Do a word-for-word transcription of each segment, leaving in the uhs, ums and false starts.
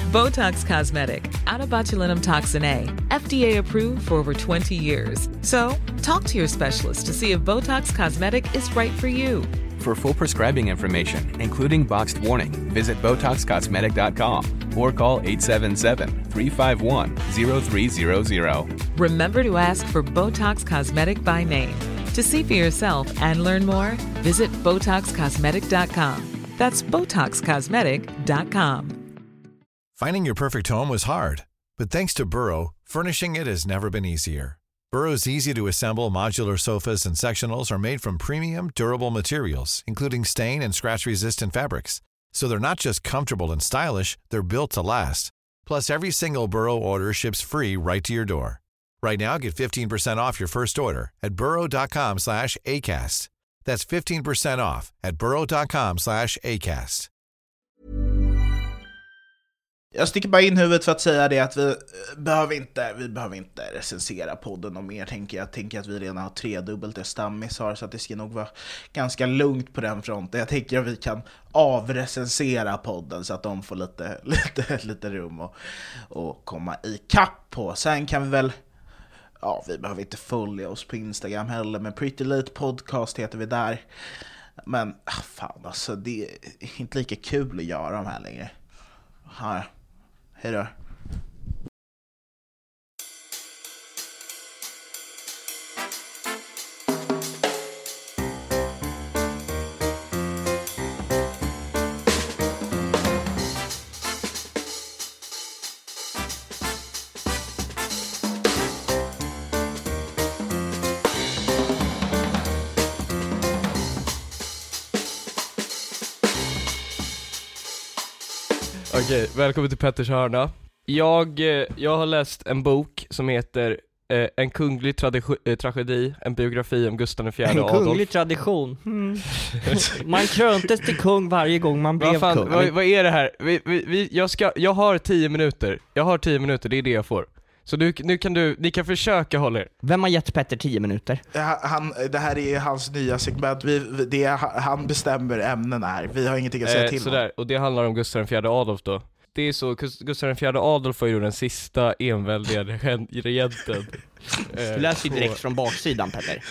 Botox Cosmetic, out of botulinum toxin A, F D A approved for over twenty years. So, talk to your specialist to see if Botox Cosmetic is right for you. For full prescribing information, including boxed warning, visit Botox Cosmetic dot com or call eight seven seven, three five one, zero three zero zero. Remember to ask for Botox Cosmetic by name. To see for yourself and learn more, visit Botox Cosmetic dot com. That's Botox Cosmetic dot com. Finding your perfect home was hard, but thanks to Burrow, furnishing it has never been easier. Burrow's easy-to-assemble modular sofas and sectionals are made from premium, durable materials, including stain and scratch-resistant fabrics. So they're not just comfortable and stylish, they're built to last. Plus, every single Burrow order ships free right to your door. Right now, get fifteen percent off your first order at burrow.com slash ACAST. That's fifteen percent off at burrow.com slash ACAST. Jag sticker bara in huvudet för att säga det att vi behöver inte, vi behöver inte recensera podden och mer, tänker jag. Jag tänker att vi redan har tredubbelt det Stammis har, så att det ska nog vara ganska lugnt på den fronten. Jag tänker att vi kan avrecensera podden så att de får lite, lite, lite rum och, och komma i kapp på. Sen kan vi väl, ja, vi behöver inte följa oss på Instagram heller, men Pretty Late Podcast heter vi där. Men ah, fan alltså, det är inte lika kul att göra de här längre. Ja, hej då. Okej, välkommen till Petters hörna. Jag, jag har läst en bok som heter eh, En kunglig tradi- eh, tragedi, en biografi om Gustav den fjärde Adolf. En kunglig tradition. Mm. Man kröntes till kung varje gång man blev vad fan, kung. Vad, vad är det här? Vi, vi, vi, jag, ska, jag har tio minuter. Jag har tio minuter, det är det jag får. Så nu, nu kan du, ni kan försöka hålla er. Vem har gett Petter tio minuter? Han, det här är hans nya segment. Vi, det är, han bestämmer ämnen här. Vi har ingenting att säga eh, till sådär. Och det handlar om Gustav den fjärde Adolf då. Det är så, Gustav den fjärde Adolf var ju den sista enväldiga regenten. Du läser ju direkt från baksidan, Petter.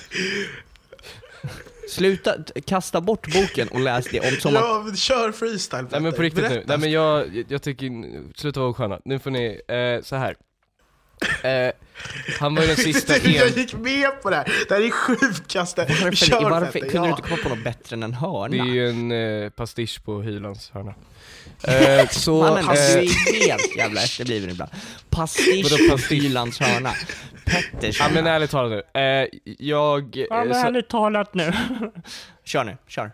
Sluta kasta bort boken och läs det om som ja, men kör freestyle, Petter. Nej men på riktigt Berätta. nu. Nej men jag, jag tycker, sluta vara sköna. Nu får ni, eh, så här. Eh, han var ju den sista en... Jag gick med på det här. Det här är sjukaste. Varför, varför kunde ja. du inte komma på något bättre än en hörna? Det är ju en eh, pastisch på Hylands hörna. Eh, så, Mannen, eh, du är helt jävla efterbliven ibland. Pastisch på Hylands hörna. Petters hörna. Ja men ärligt talat nu. Eh, jag... Ja men ärligt talat nu. Kör nu, kör.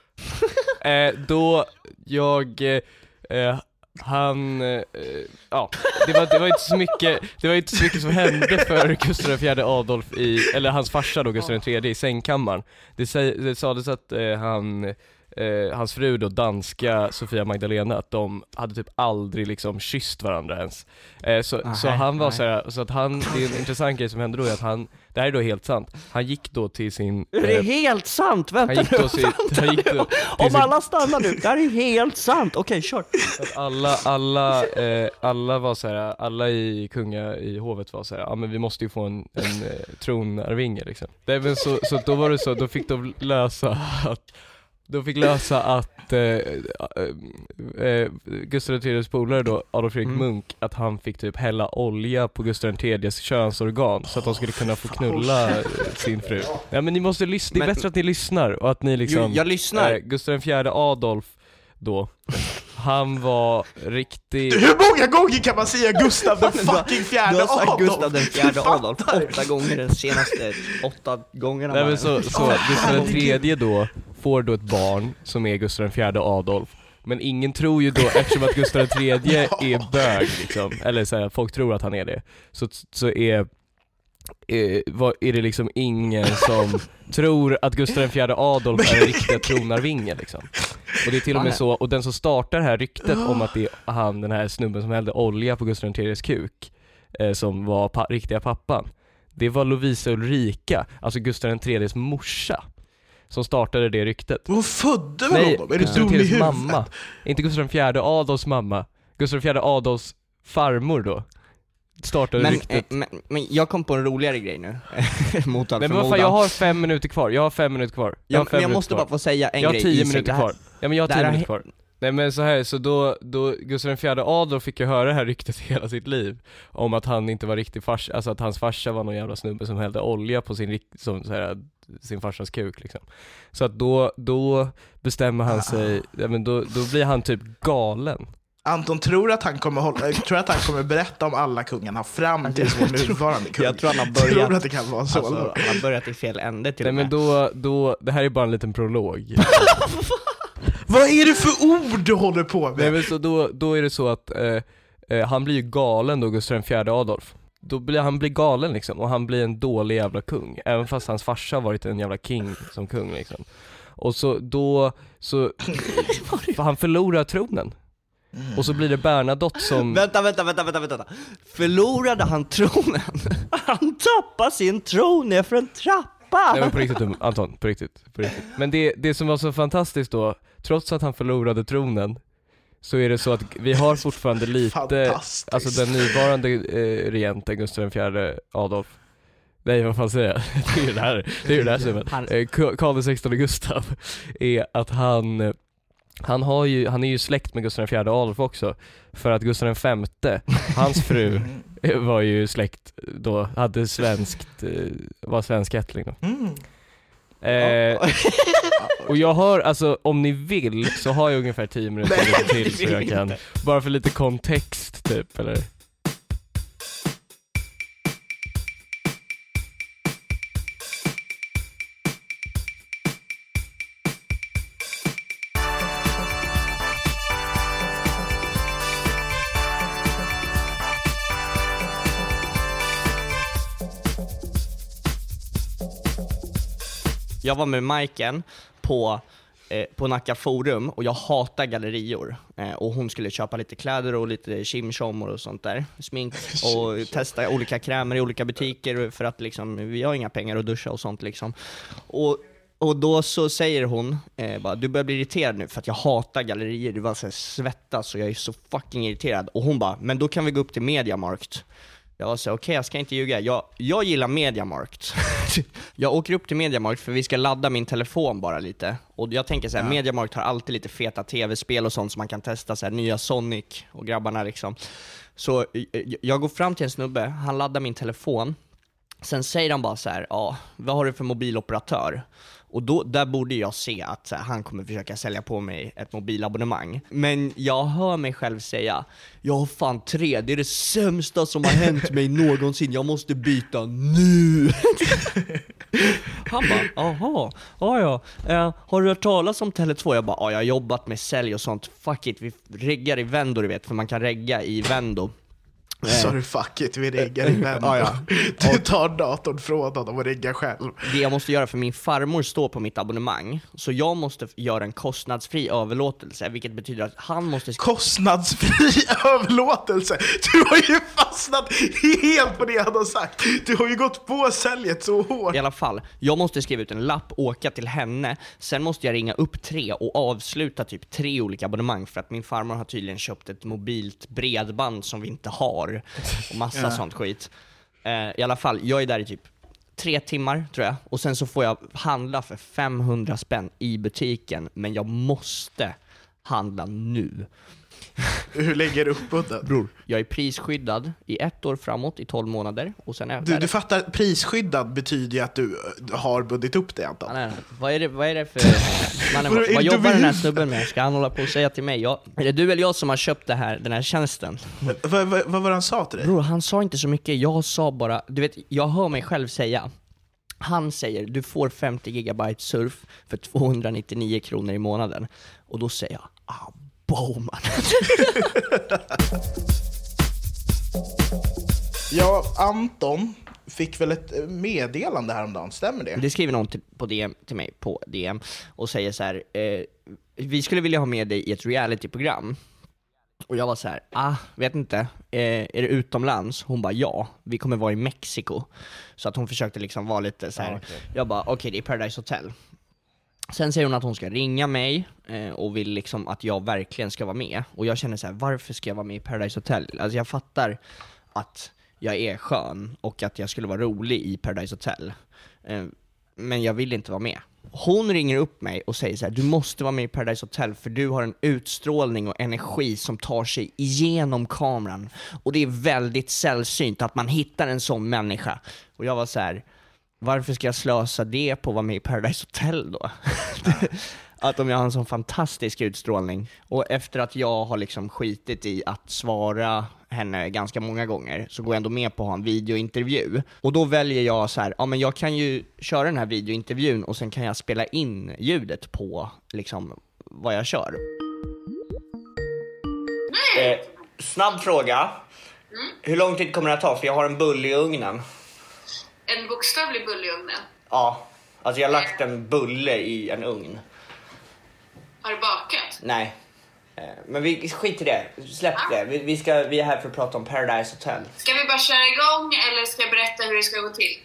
eh, då jag... Eh, Han, eh, ja, det var, det var inte så mycket, det var inte så mycket som hände för Gustav den fjärde Adolf i, eller hans farsa då, Gustav den tredje i sängkammaren. Det, säg, det sades att eh, han, eh, hans fru då, danska Sofia Magdalena, att de hade typ aldrig liksom kysst varandra ens. Eh, så, Aha, så han var nej. så här, så att han, det är en intressant grej som hände då är att han, det här är då helt sant. Han gick då till sin... Är det eh, helt sant? Vänta han gick nu, då till, vänta han gick då till Om sin, alla stannar nu, det här är helt sant. Okej, kör. Att alla, alla, eh, alla var så här, alla i kunga i hovet var så här, ja men vi måste ju få en, en eh, tronarvinge liksom. Det, men så, så då var det så, då fick de lösa att, de fick lösa att eh, eh, Gustav den tredjes polare då, Adolf Fredrik mm. Munk, att han fick typ hälla olja på Gustav den tredjes könsorgan så att de skulle kunna få knulla sin fru. Ja men ni måste lyssna, det är men, bättre att ni lyssnar och att ni liksom... Jo, jag lyssnar. Eh, Gustav den fjärde Adolf då, han var riktigt... Hur många gånger kan man säga Gustav den fucking fjärde Adolf? Du har sagt Gustav den fjärde Adolf åtta gånger den senaste åtta gångerna. Nej men så, så Gustav den tredje då får då ett barn som är Gustav den fjärde Adolf. Men ingen tror ju då, eftersom att Gustav den tredje är bög liksom, eller så här, folk tror att han är det, så, så är, är, vad, är det liksom ingen som tror att Gustav den fjärde Adolf är en riktig tronarvinge liksom. Och det är till och med så, och den som startar det här ryktet om att det är han, den här snubben som hällde olja på Gustav den tredjes kuk, eh, som var pa- riktiga pappan, det var Lovisa Ulrika, alltså Gustav den tredjes morsa, som startade det ryktet. Vad födde väl honom? Är du Gustav dum i huvudet? Mamma. Inte Gustav den fjärde Adolfs mamma, Gustav den fjärde Adolfs farmor då startade men, ryktet. eh, men, men jag kom på en roligare grej nu. Mot all Nej, men förmodan. fan, jag har fem minuter kvar. Jag har fem minuter kvar. Jag, Ja, har fem men jag minuter måste kvar. bara få säga en jag har grej. tio Isak, minuter det här- kvar. Ja, men jag har det tio här minuter har- kvar. Nej, men så här, så då, då Gustav den fjärde Adolf fick ju höra det här ryktet hela sitt liv om att han inte var riktig farsa, alltså att hans farsa var någon jävla snubbe som hällde olja på sin rikt- som så här, sin farsas kuk liksom. Så att då då bestämmer han sig, ja, men då då blir han typ galen. Anton tror att han kommer hålla, tror att han kommer berätta om alla kungarna fram till vår nuvarande kung. Jag tror han har börjat- Tror att det kan vara så. Alltså, han har börjat i fel ände till Nej, och men med. då då det här är bara en liten prolog. Vad är det för ord du håller på med? Nej, men så då då är det så att eh, eh, han blir ju galen då, Gustav den fjärde Adolf. Då blir han blir galen liksom, och han blir en dålig jävla kung, även fast hans farsa har varit en jävla king som kung liksom. Och så då så han förlorar tronen. Och så blir det Bernadotte som Vänta, vänta, vänta, vänta, vänta. Förlorade han tronen? Han tappade sin tron ner för en trappa. Nej, men på riktigt Anton, på riktigt, på riktigt. Men det, det som var så fantastiskt då, trots att han förlorade tronen, så är det så att vi har fortfarande lite, Fantastiskt. alltså den nuvarande eh, regenten Gustav den fjärde Adolf. Nej, vad fan säger jag? Det är ju det här, det är ju det här som Han- eh, Karl den sextonde Gustav är att han eh, han har ju han är ju släkt med Gustav den fjärde Adolf också, för att Gustav den femte, hans fru eh, var ju släkt då, hade svenskt eh, var svensk ättling då. Mm. Eh, och jag har, alltså om ni vill så har jag ungefär tio minuter Nej, till så jag kan, bara för lite kontext typ, eller? Jag var med Majken på, eh, på Nacka Forum och jag hatar gallerior. Eh, och hon skulle köpa lite kläder och lite chimchom och sånt där. Smink och testa olika krämer i olika butiker för att liksom, vi har inga pengar att duscha och sånt liksom. Och Och då så säger hon eh, bara, du börjar bli irriterad nu för att jag hatar gallerier. Du var så här svettas och jag är så fucking irriterad. Och hon bara, men då kan vi gå upp till Mediamarkt. Jag var så okej, okay, jag ska inte ljuga. Jag, jag gillar Mediamarkt. Jag åker upp till Mediamarkt för vi ska ladda min telefon bara lite. Och jag tänker så här, ja. Mediamarkt har alltid lite feta tv-spel och sånt som man kan testa, så här, nya Sonic och grabbarna liksom. Så jag går fram till en snubbe, han laddar min telefon. Sen säger han bara så här, ja, vad har du för mobiloperatör? Och då, där borde jag se att så här, han kommer försöka sälja på mig ett mobilabonnemang. Men jag hör mig själv säga, jag har fan tre, det är det sämsta som har hänt mig någonsin, jag måste byta nu. Han bara, aha, ja ja, eh, har du hört talas om Tele två? Jag bara, ja, jag har jobbat med sälj och sånt, fuck it, vi reggar i Vendo, du vet, för man kan regga i Vendo. Sorry, fuck it, vi reggar i Vendo. Ja, ja. Du tar datorn från honom och reggar själv. Det jag måste göra, för min farmor står på mitt abonnemang, så jag måste göra en kostnadsfri överlåtelse, vilket betyder att han måste... Kostnadsfri överlåtelse? Du har ju fastnat helt på det han har sagt. Du har ju gått på säljet så hårt. I alla fall, jag måste skriva ut en lapp, åka till henne, sen måste jag ringa upp tre och avsluta typ tre olika abonnemang, för att min farmor har tydligen köpt ett mobilt bredband som vi inte har. Och massa ja. sånt skit. eh, I alla fall, jag är där i typ tre timmar tror jag. Och sen så får jag handla för femhundra spänn i butiken. Men jag måste handla nu. Hur lägger du upp budden? Bror, jag är prisskyddad i ett år framåt, i tolv månader. Och sen är du, du fattar, prisskyddad betyder ju att du har bundit upp det, Anton. Nej, nej. Vad är det, vad är det för... Mannen, vad, vad jobbar den här snubben med? Ska han hålla på och säga till mig? Jag, är det du eller jag som har köpt det här, den här tjänsten? Vad va, va var det han sa till dig? Bror, han sa inte så mycket. Jag sa bara... Du vet, jag hör mig själv säga... Han säger, du får femtio gigabyte surf för tvåhundranittionio kronor i månaden. Och då säger jag, ah, Bowman. Ja, Anton fick väl ett meddelande häromdagen, stämmer det? Det skriver någon till, på D M till mig på D M och säger så här, eh, vi skulle vilja ha med dig i ett realityprogram. Och jag var så här, ah, vet inte, eh, är det utomlands? Hon bara, ja, vi kommer vara i Mexiko. Så att hon försökte liksom vara lite så här. Ah, okay. Jag bara, okej, okay, det är Paradise Hotel. Sen säger hon att hon ska ringa mig eh, och vill liksom att jag verkligen ska vara med. Och jag känner så här: varför ska jag vara med i Paradise Hotel? Alltså jag fattar att jag är skön och att jag skulle vara rolig i Paradise Hotel. Eh, men jag vill inte vara med. Hon ringer upp mig och säger så här: du måste vara med i Paradise Hotel för du har en utstrålning och energi som tar sig igenom kameran. Och det är väldigt sällsynt att man hittar en sån människa. Och jag var så här: varför ska jag slösa det på att vara med i Paradise Hotel då? Att om jag har en sån fantastisk utstrålning. Och efter att jag har liksom skitit i att svara henne ganska många gånger, så går jag ändå med på att ha en videointervju. Och då väljer jag så här: ja men jag kan ju köra den här videointervjun och sen kan jag spela in ljudet på liksom vad jag kör. Eh, snabb fråga. Mm. Hur lång tid kommer det att ta? För jag har en bulle i ugnen. En bokstavlig bulle i ugnen? Ja, alltså jag har lagt en bulle i en ugn. Har du bakat? Nej. Men vi skiter i det, släpp ja. det. Vi, vi, ska, vi är här för att prata om Paradise Hotel. Ska vi bara köra igång eller ska jag berätta hur det ska gå till?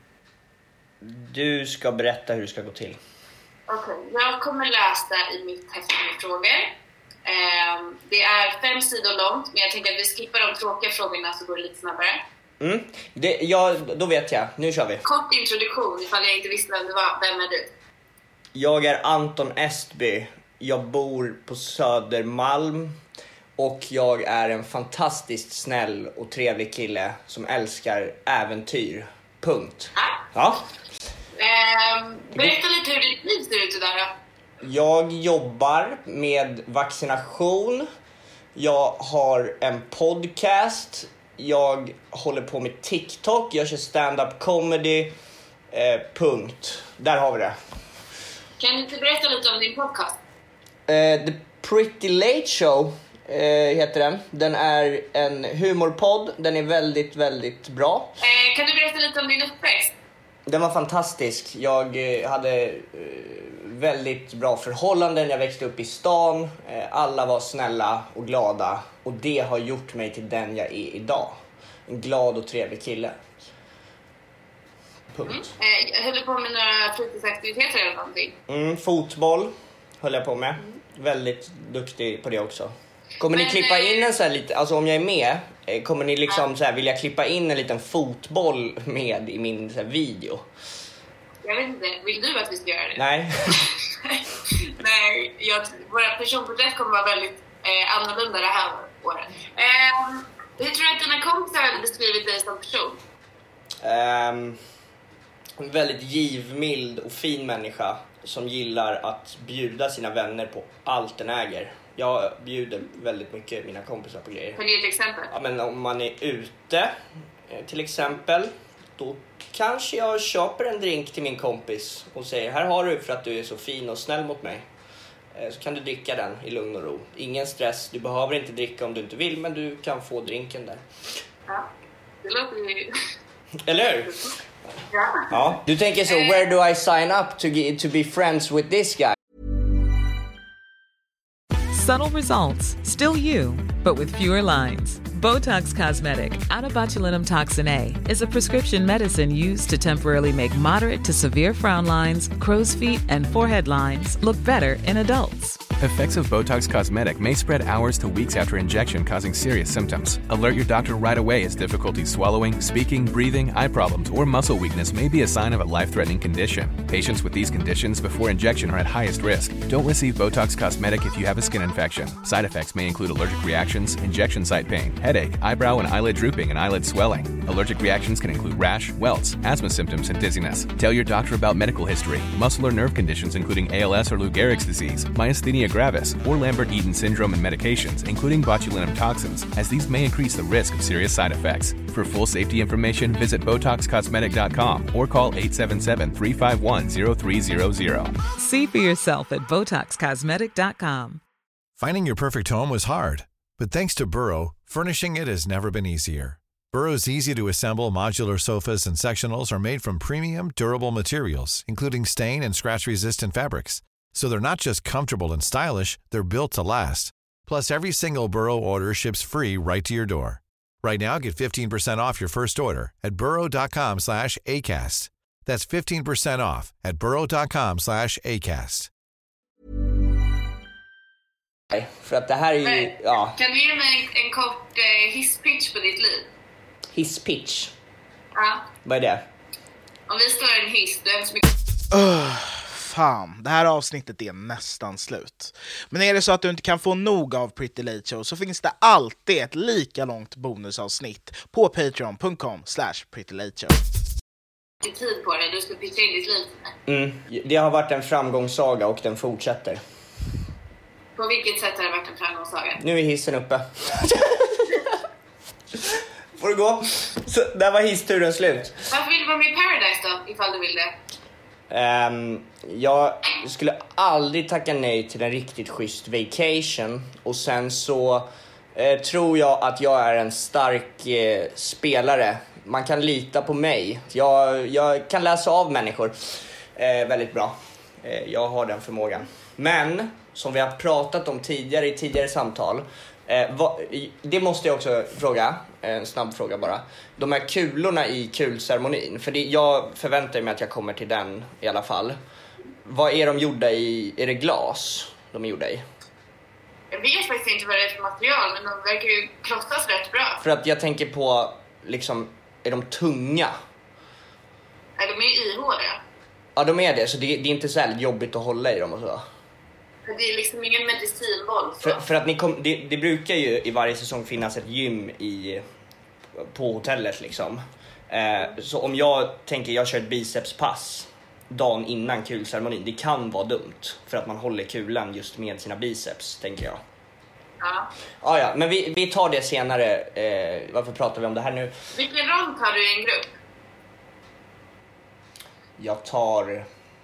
Du ska berätta hur det ska gå till. Okej, okay. Jag kommer läsa i mitt häfte med frågor. um, Det är fem sidor långt, men jag tänker att vi skippar de tråkiga frågorna så går det lite snabbare. Mm, det, ja, då vet jag. Nu kör vi. Kort introduktion ifall jag inte visste vem du var. Vem är du? Jag är Anton Estby. Jag bor på Södermalm och jag är en fantastiskt snäll och trevlig kille som älskar äventyr. Punkt. Ja. Ja. Um, berätta lite hur ditt liv ser ut idag då. Jag jobbar med vaccination. Jag har en podcast. Jag håller på med TikTok. Jag kör stand-up comedy. Eh, punkt. Där har vi det. Kan du inte berätta lite om din podcast? Uh, The Pretty Late Show uh, heter den. Den är en humorpodd. Den är väldigt, väldigt bra. Uh, kan du berätta lite om din uppväxt? Den var fantastisk. Jag uh, hade uh, väldigt bra förhållanden. Jag växte upp i stan. Uh, alla var snälla och glada. Och det har gjort mig till den jag är idag. En glad och trevlig kille. Punkt. Mm. Uh, höll du på med några fritidsaktiviteter eller någonting? Mm, fotboll höll jag på med. Mm. Väldigt duktig på det också. Kommer Men, ni klippa in en så här lite, alltså om jag är med, kommer ni liksom så här, vill jag klippa in en liten fotboll med i min så här, video? Jag vet inte, vill du att vi ska göra det? Nej. Nej, jag, våra personporträtt kommer vara väldigt eh, annorlunda det här året. Eh, hur tror du att dina kompisar hade beskrivit dig som person? Um, en väldigt givmild och fin människa som gillar att bjuda sina vänner på allt den äger. Jag bjuder väldigt mycket mina kompisar på grejer. Kan du ge ett exempel? Ja, men om man är ute till exempel, då kanske jag köper en drink till min kompis och säger: här har du för att du är så fin och snäll mot mig. Så kan du dricka den i lugn och ro. Ingen stress, du behöver inte dricka om du inte vill, men du kan få drinken där. Ja, det låter ju... Eller hur? Ja. Ja. Du tänker så, where do I sign up to, get, to be friends with this guy? Subtle results, still you, but with fewer lines. Botox Cosmetic, out of botulinum toxin A, is a prescription medicine used to temporarily make moderate to severe frown lines, crow's feet, and forehead lines look better in adults. Effects of Botox Cosmetic may spread hours to weeks after injection, causing serious symptoms. Alert your doctor right away as difficulty swallowing, speaking, breathing, eye problems, or muscle weakness may be a sign of a life-threatening condition. Patients with these conditions before injection are at highest risk. Don't receive Botox Cosmetic if you have a skin infection. Side effects may include allergic reactions, injection site pain, headache, eyebrow and eyelid drooping, and eyelid swelling. Allergic reactions can include rash, welts, asthma symptoms, and dizziness. Tell your doctor about medical history, muscle or nerve conditions including A L S or Lou Gehrig's disease, myasthenia gravis, or Lambert-Eaton syndrome, and medications, including botulinum toxins, as these may increase the risk of serious side effects. For full safety information, visit Botox Cosmetic dot com or call eight seven seven, three five one, zero three zero zero. See for yourself at Botox Cosmetic dot com. Finding your perfect home was hard, but thanks to Burrow, furnishing it has never been easier. Burrow's easy-to-assemble modular sofas and sectionals are made from premium, durable materials, including stain and scratch-resistant fabrics. So they're not just comfortable and stylish, they're built to last. Plus, every single Burrow order ships free right to your door. Right now, get fifteen percent off your first order at burrow dot com slash ACAST. That's fifteen percent off at burrow.com slash ACAST. För att det här är ju, Men, ja. Kan du ge mig en, en kort eh, hisspitch på ditt liv? Hisspitch? Ja. Vad är det? Om vi står i en hiss, du är så mycket... Uh, fan, det här avsnittet är nästan slut. Men är det så att du inte kan få nog av Pretty Late Show så finns det alltid ett lika långt bonusavsnitt på patreon.com slash prettylateshow. tid på det, du ska pitcha in ditt liv. Mm. Det har varit en framgångssaga och den fortsätter. På vilket sätt har det varit en framgångssaga? Nu är hissen uppe. Får du gå? Så, där var hissturen slut. Varför vill du vara med i Paradise då, ifall du vill det? Um, jag skulle aldrig tacka nej till en riktigt schysst vacation. Och sen så eh, tror jag att jag är en stark eh, spelare. Man kan lita på mig. Jag, jag kan läsa av människor eh, väldigt bra. eh, Jag har den förmågan. Men som vi har pratat om tidigare i tidigare samtal, eh, vad, det måste jag också fråga. En snabb fråga bara. De här kulorna i kulceremonin, för det, jag förväntar mig att jag kommer till den i alla fall. Vad är de gjorda i? Är det glas de är gjorda i? Jag vet faktiskt inte vad det är för material, men de verkar ju krossas rätt bra. För att jag tänker på, liksom, är de tunga? Ja, de är ihåliga. Ja, de är det, så det, det är inte så här jobbigt att hålla i dem och så. Det är liksom ingen medicinboll. Så. För, för att ni kom, det, det brukar ju i varje säsong finnas ett gym i, på hotellet liksom. Eh, så om jag tänker jag kör ett bicepspass dagen innan kulceremonin, det kan vara dumt. För att man håller kulan just med sina biceps, tänker jag. Ja. Ah, ja, men vi, vi tar det senare. Eh, varför pratar vi om det här nu? Vilken roll tar du i en grupp? Jag tar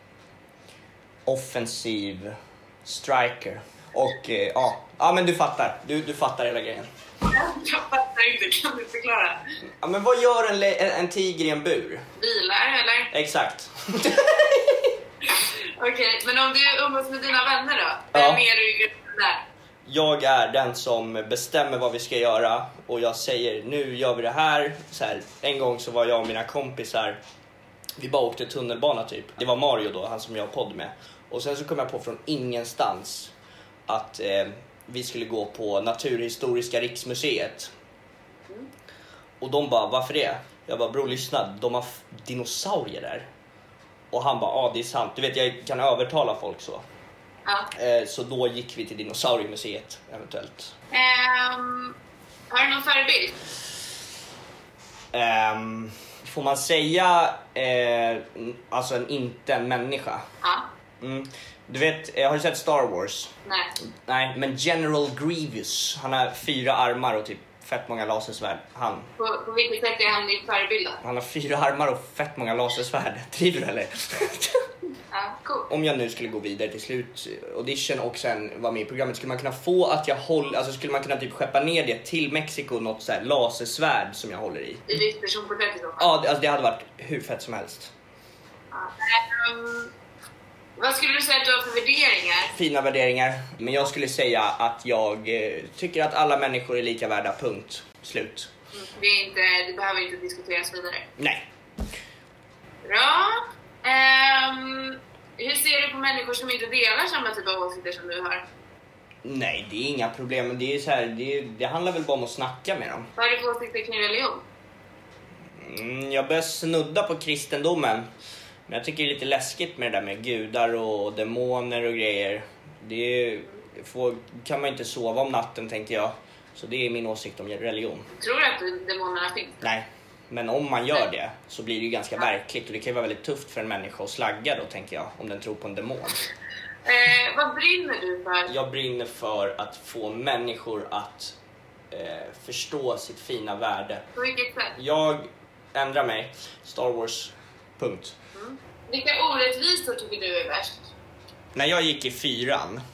offensiv striker. Och eh, ja, ja, men du fattar. Du, du fattar hela grejen. Jag fattar inte, kan du förklara? Ja, men vad gör en, en, en tiger i en bur? Bilar, eller? Exakt. Okej, okay, men om du umgås med dina vänner då? Ja. Vem är du i gruppen där? Jag är den som bestämmer vad vi ska göra. Och jag säger, nu gör vi det här. Så här, en gång så var jag och mina kompisar, vi bara åkte tunnelbana typ. Det var Mario då, han som jag har podd med. Och sen så kom jag på från ingenstans att eh, vi skulle gå på Naturhistoriska riksmuseet. Mm. Och de bara, varför det? Jag bara, bro, lyssna, de har f- dinosaurier där. Och han bara, ja, det är sant. Du vet, jag kan övertala folk så. Ja. Eh, så då gick vi till Dinosauriemuseet eventuellt. Um, har du någon förebild? Um, får man säga eh, alltså en, inte en människa? Ja. Mm. Du vet, har du sett Star Wars? Nej. Nej, men General Grievous, han har fyra armar och typ fett många lasersvärd. Han. På, på vilket sätt är han din förebild då? Han har fyra armar och fett många lasersvärd. Driver du eller? Ja, cool. Om jag nu skulle gå vidare till slut audition och sen vara med i programmet, skulle man kunna få att jag håller, alltså skulle man kunna typ skeppa ner det till Mexiko, något så här lasersvärd som jag håller i. I ditt personporträtt i så fall? Ja, det, alltså det hade varit hur fett som helst. Ja. Um, vad skulle du säga att du har för värderingar? Fina värderingar, men jag skulle säga att jag eh, tycker att alla människor är lika värda, punkt. Slut. Mm, det, är inte, det behöver inte diskuteras vidare. Nej. Bra. Um, hur ser du på människor som inte delar samma typ av åsikter som du har? Nej, det är inga problem, men det är så här, det, det handlar väl bara om att snacka med dem. Vad är det för åsikter kring religion? Mm, jag börjar snudda på kristendomen. Men jag tycker det är lite läskigt med det där med gudar och demoner och grejer. Det får, kan man inte sova om natten, tänker jag. Så det är min åsikt om religion. Tror du att demonerna finns? Nej, men om man gör det så blir det ju ganska verkligt. Och det kan ju vara väldigt tufft för en människa att slagga då, tänker jag, om den tror på en demon. Eh, vad brinner du för? Jag brinner för att få människor att eh, förstå sitt fina värde. På vilket sätt? Jag ändrar mig. Star Wars, punkt. Mm. Vilka orättvisor tycker du är värst? När jag gick i fyran mm.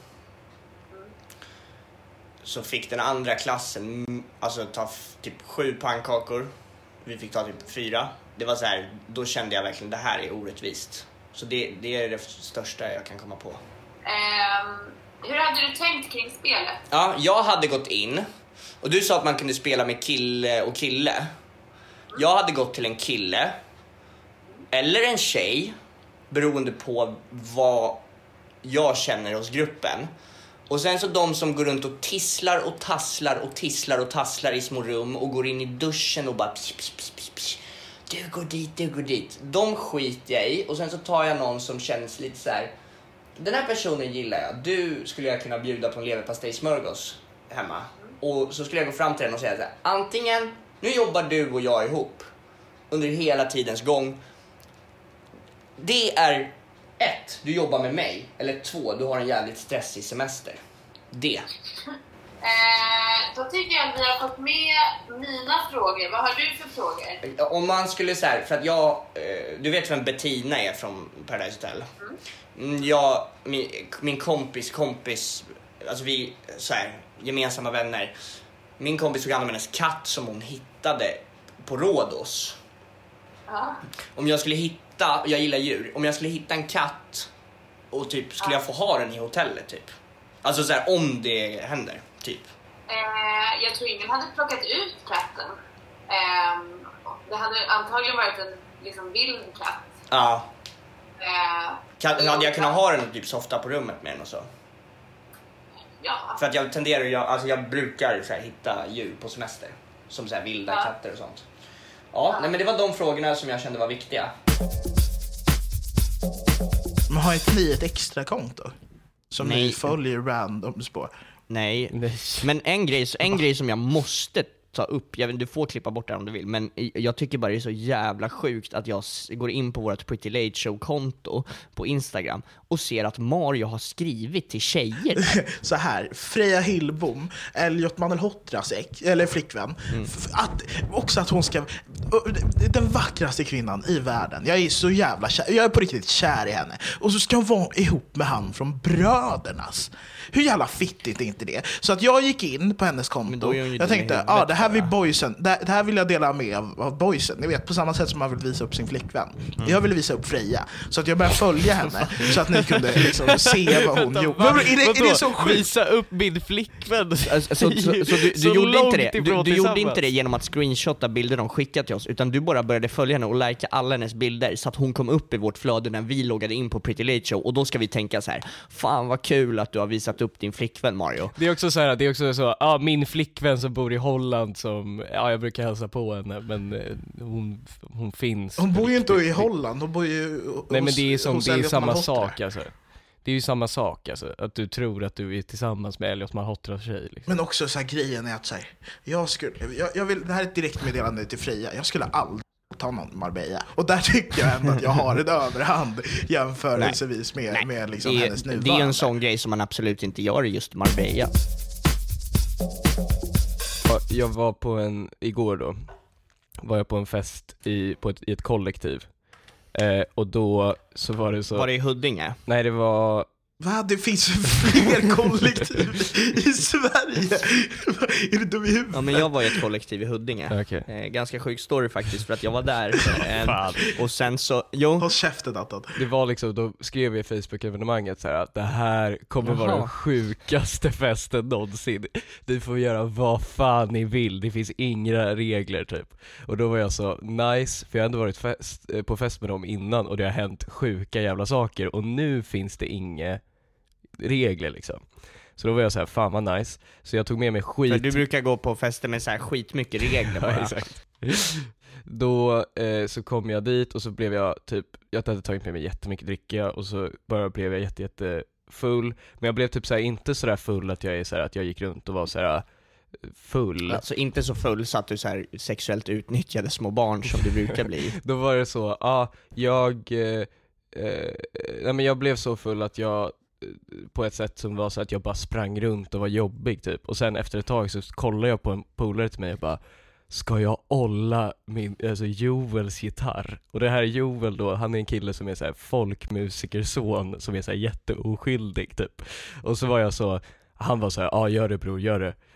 så fick den andra klassen alltså ta f- typ sju pannkakor. Vi fick ta typ fyra. Det var så här, då kände jag verkligen det här är orättvist. Så det, det är det största jag kan komma på. Um, hur hade du tänkt kring spelet? Ja, jag hade gått in. Och du sa att man kunde spela med kille och kille. Jag hade gått till en kille eller en tjej, beroende på vad jag känner hos gruppen. Och sen så de som går runt och tisslar och tasslar och tisslar och tasslar i små rum och går in i duschen och bara psh, psh, psh, psh, psh. Du går dit, du går dit. De skiter jag i. Och sen så tar jag någon som känns lite så här: den här personen gillar jag. Du skulle jag kunna bjuda på en leverpastej smörgås hemma. Och så skulle jag gå fram till den och säga så här: antingen, nu jobbar du och jag ihop under hela tidens gång. Det är ett, du jobbar med mig. Eller två, du har en jävligt stressig semester. Det. Eh, då tycker jag att vi har fått med mina frågor. Vad har du för frågor? Om man skulle så här, för att jag, eh, du vet vem Bettina är från Paradise Hotel. Mm. Jag, min, min kompis kompis, alltså vi så här, gemensamma vänner. Min kompis tog hand om hennes katt som hon hittade på Rhodos. Ja. Om jag skulle hitta, jag gillar djur, om jag skulle hitta en katt och typ skulle ja. jag få ha den i hotellet typ. Alltså så här, om det händer typ. Eh, jag tror ingen hade plockat ut katten. Eh, det hade antagligen varit en liksom vild katt. Ja. Eh, kan, hade jag kunnat ha den och typ softa på rummet med den och så? Ja. För att jag tenderar, jag, alltså jag brukar så här, hitta djur på semester. Som så här vilda ja. katter och sånt. Ja, ja. Nej, men det var de frågorna som jag kände var viktiga. Men har inte ni ett extra konto? Som Nej. ni följer random spår? Nej. Nej, men en grej, en grej som jag måste ta upp, jag vet, du får klippa bort det om du vill, men jag tycker bara det är så jävla sjukt att jag går in på vårt Pretty Late Show-konto på Instagram och ser att Mario har skrivit till tjejer. Så här, Freja Hillbom, Elliot Mandelhotras eller flickvän, mm. att, också att hon ska, den vackraste kvinnan i världen, jag är så jävla kär, jag är på riktigt kär i henne, och så ska hon vara ihop med han från Brödernas. Hur jävla fittigt är inte det? Så att jag gick in på hennes konto, jag tänkte, ja ah, det här vill boysen, det, det här vill jag dela med av, av boysen, ni vet, på samma sätt som man vill visa upp sin flickvän. Mm. Jag ville visa upp Freja, så att jag började följa henne så att ni kunde liksom se vad hon gjorde. Är det, är det så sjukt? Visa upp min flickvän. Alltså, så, så, så du, du, så gjorde inte det. Du, du gjorde inte det genom att screenshotta bilder de skickat till oss, utan du bara började följa henne och likea alla hennes bilder så att hon kom upp i vårt flöde när vi loggade in på Pretty Late Show, och då ska vi tänka så här: fan vad kul att du har visat upp din flickvän, Mario. Det är också så här, det är också så, ja, min flickvän som bor i Holland, som, ja, jag brukar hälsa på henne, men eh, hon, hon finns. Hon bor ju inte i Holland, hon bor ju hos, nej, men det är, som, det är samma sak där. Alltså. Det är ju samma sak alltså, att du tror att du är tillsammans med Elliot Malhotras tjej liksom. Men också så här, grejen är att så här, jag skulle, jag, jag vill, det här är ett direkt meddelande till Freja, jag skulle aldrig ta någon Marbella. Och där tycker jag ändå att jag har en överhand jämförelsevis med, Nej. med liksom det, hennes nuvarande. Det är en sån grej som man absolut inte gör i just Marbella. Jag var på en, igår då, var jag på en fest i, på ett, i ett kollektiv. Eh, och då så var det så... Var det i Huddinge? Nej, det var... Va? Det finns fler kollektiv i Sverige. Är du dum i huvudet? Ja, men jag var i ett kollektiv i Huddinge. Okay. eh, Ganska sjuk story faktiskt, för att jag var där eh, och sen så... Jo. Håll käften, Attan. Det var liksom, då skrev vi i Facebook-evenemanget så här att det här kommer Jaha. vara den sjukaste festen någonsin. Ni får göra vad fan ni vill, det finns inga regler typ. Och då var jag så nice, för jag har ändå varit fest, på fest med dem innan och det har hänt sjuka jävla saker, och nu finns det inga regler liksom. Så då var jag så här, fan vad nice. Så jag tog med mig skit. För du brukar gå på fester med så här skitmycket regler bara. Ja, exakt. Då eh, så kom jag dit och så blev jag typ, jag hade tagit med mig jättemycket dricka, och så bara blev jag jätte, jätte full. Men jag blev typ så här, inte så där full att jag är så här, att jag gick runt och var så här full. Alltså inte så full så att du så här sexuellt utnyttjade små barn som du brukar bli. Då var det så, ja, ah, jag eh, eh, nej, men jag blev så full att jag på ett sätt som var så att jag bara sprang runt och var jobbig typ. Och sen efter ett tag så kollade jag på en polare till mig och bara, ska jag olla min, alltså Joels gitarr? Och det här är Joel då, han är en kille som är så här folkmusikerson, som är så här jätteoskyldig typ. Och så var jag så, han var så här, ja ah, gör det bror, gör det.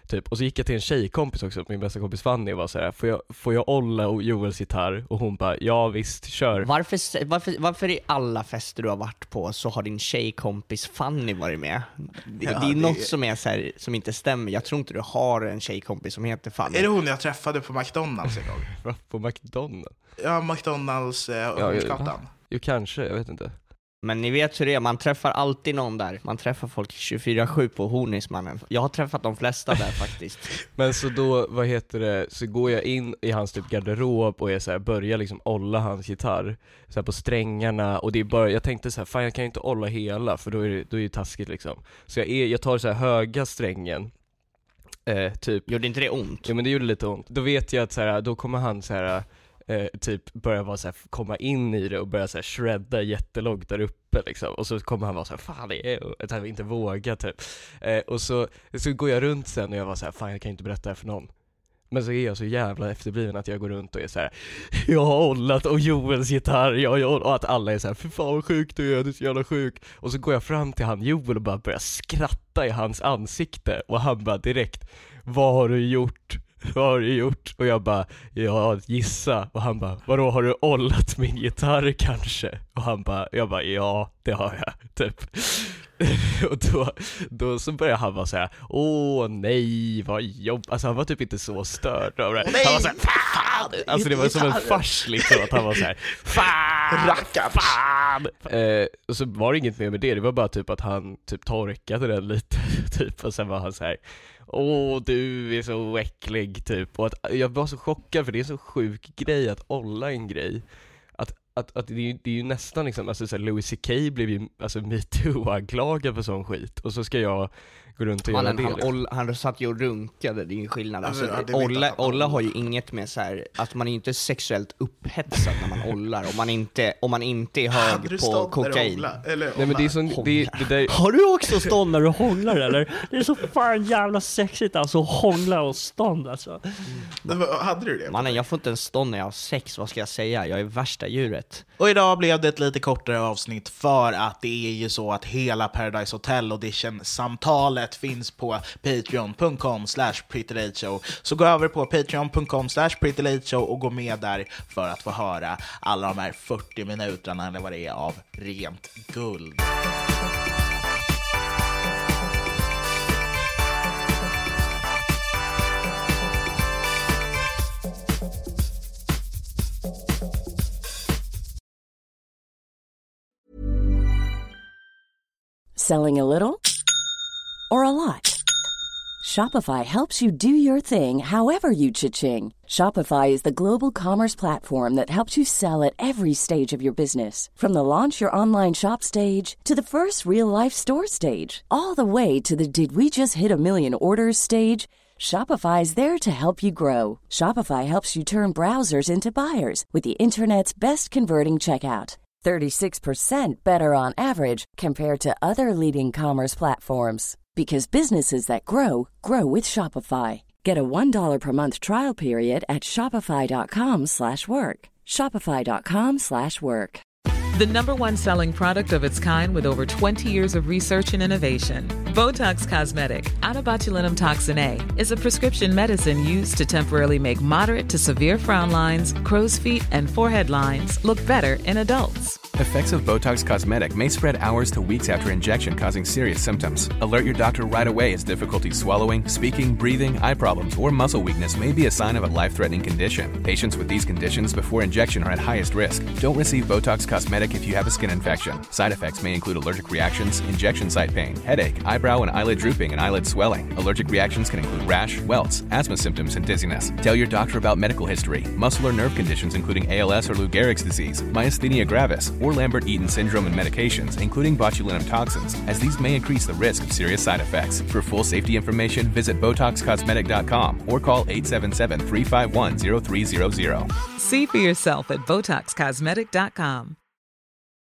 Typ. Och så gick jag till en tjejkompis också, min bästa kompis Fanny, och var så här: får jag, får jag olla och Joels gitarr? Och hon bara, ja visst, kör. Varför, varför, varför i alla fester du har varit på så har din tjejkompis Fanny varit med? Det, Ja, det är det... något som, är så här, som inte stämmer. Jag tror inte du har en tjejkompis som heter Fanny. Är det hon jag träffade på McDonalds en gång? På McDonalds? Ja, McDonalds eh, och Hornsgatan. Jo, kanske, jag vet inte. Men ni vet hur det är, man träffar alltid någon där. Man träffar folk tjugofyra sju på Hornismannen. Jag har träffat de flesta där faktiskt. Men så då, vad heter det, så går jag in i hans typ garderob och jag så här, börjar liksom olla hans gitarr så här på strängarna, och det är bara, jag tänkte så här, fan jag kan inte olla hela för då är det, då är det taskigt liksom. Så jag, är, jag tar så här höga strängen. Eh, typ. Gjorde inte det ont? Ja, men det gjorde lite ont. Då vet jag att så här, då kommer han så här eh, typ börja vara så här, komma in i det och börja så här shredda jättelångt där uppe liksom. Och så kommer han vara så här, fan det är att han inte vågar typ. Eh, och så så går jag runt sen och jag var så här, fan jag kan inte berätta det för någon. Men så är jag så jävla efterbliven att jag går runt och är så här: jag har hållat och Joels gitarr, jag, jag, och att alla är så här, för fan vad sjukt du är, du är så jävla sjuk. Och så går jag fram till han Joel och bara börjar skratta i hans ansikte, och han bara direkt, vad har du gjort? Vad har du gjort? Och jag bara, ja gissa. Och han bara, vadå, har du ollat min gitarr kanske? Och han bara, jag bara, ja det har jag typ. Och då, då så började han vara så här: åh nej, vad jobb. Alltså han var typ inte så störd av det. Åh, nej, han var så här, fan! Alltså det var som en fars liksom, att han var så här, fan, Rackarns. fan. Eh, och så var det inget mer med det. Det var bara typ att han typ torkade den lite typ, och sen var han så här: åh du är så äcklig typ. Och att jag var så chockad, för det är en så sjuk grej att olla en grej. Att Att, att det, är ju, det är ju nästan liksom, alltså så här, Louis C K blev ju alltså MeToo-anklagad för sån skit, och så ska jag gå runt och göra Mannen, det. han, Liksom. Oll, han satt ju och runkade, det är ju skillnad. Alltså, Ja, det vet Olla, jag. Olla har ju inget med så här, att man är inte sexuellt upphetsad när man ollar, om man inte, om man inte är Hade hög du på stånd när du kokain. hångla- eller Nej men det är sån, det, det där, Har du också stånd när du hånglar eller? Det är så fan jävla sexigt alltså, hångla och stånd alltså. Mm. Hade du det? Mannen, jag får inte en stånd när jag har sex, vad ska jag säga? Jag är värsta djuret. Och idag blev det ett lite kortare avsnitt, för att det är ju så att hela Paradise Hotel Audition-samtalet finns på patreon punkt com slash pretty late show. Så gå över på patreon punkt com slash pretty late show och gå med där för att få höra alla de här fyrtio minuterna eller vad det är av rent guld. Selling a little or a lot? Shopify helps you do your thing however you cha-ching. Shopify is the global commerce platform that helps you sell at every stage of your business. From the launch your online shop stage to the first real-life store stage, all the way to the did we just hit a million orders stage. Shopify is there to help you grow. Shopify helps you turn browsers into buyers with the internet's best converting checkout. thirty-six percent better on average compared to other leading commerce platforms. Because businesses that grow, grow with Shopify. Get a one dollar per month trial period at shopify.com slash work. Shopify.com slash work. The number one selling product of its kind with over twenty years of research and innovation. Botox Cosmetic, out of botulinum toxin A, is a prescription medicine used to temporarily make moderate to severe frown lines, crow's feet, and forehead lines look better in adults. Effects of Botox Cosmetic may spread hours to weeks after injection, causing serious symptoms. Alert your doctor right away as difficulty swallowing, speaking, breathing, eye problems, or muscle weakness may be a sign of a life-threatening condition. Patients with these conditions before injection are at highest risk. Don't receive Botox Cosmetic if you have a skin infection. Side effects may include allergic reactions, injection site pain, headache, eyebrow and eyelid drooping, and eyelid swelling. Allergic reactions can include rash, welts, asthma symptoms, and dizziness. Tell your doctor about medical history, muscle or nerve conditions including A L S or Lou Gehrig's disease, myasthenia gravis, or Lambert-Eaton syndrome and medications, including botulinum toxins, as these may increase the risk of serious side effects. For full safety information, visit Botox Cosmetic dot com or call eight seven seven, three five one, zero three zero zero. See for yourself at Botox Cosmetic dot com.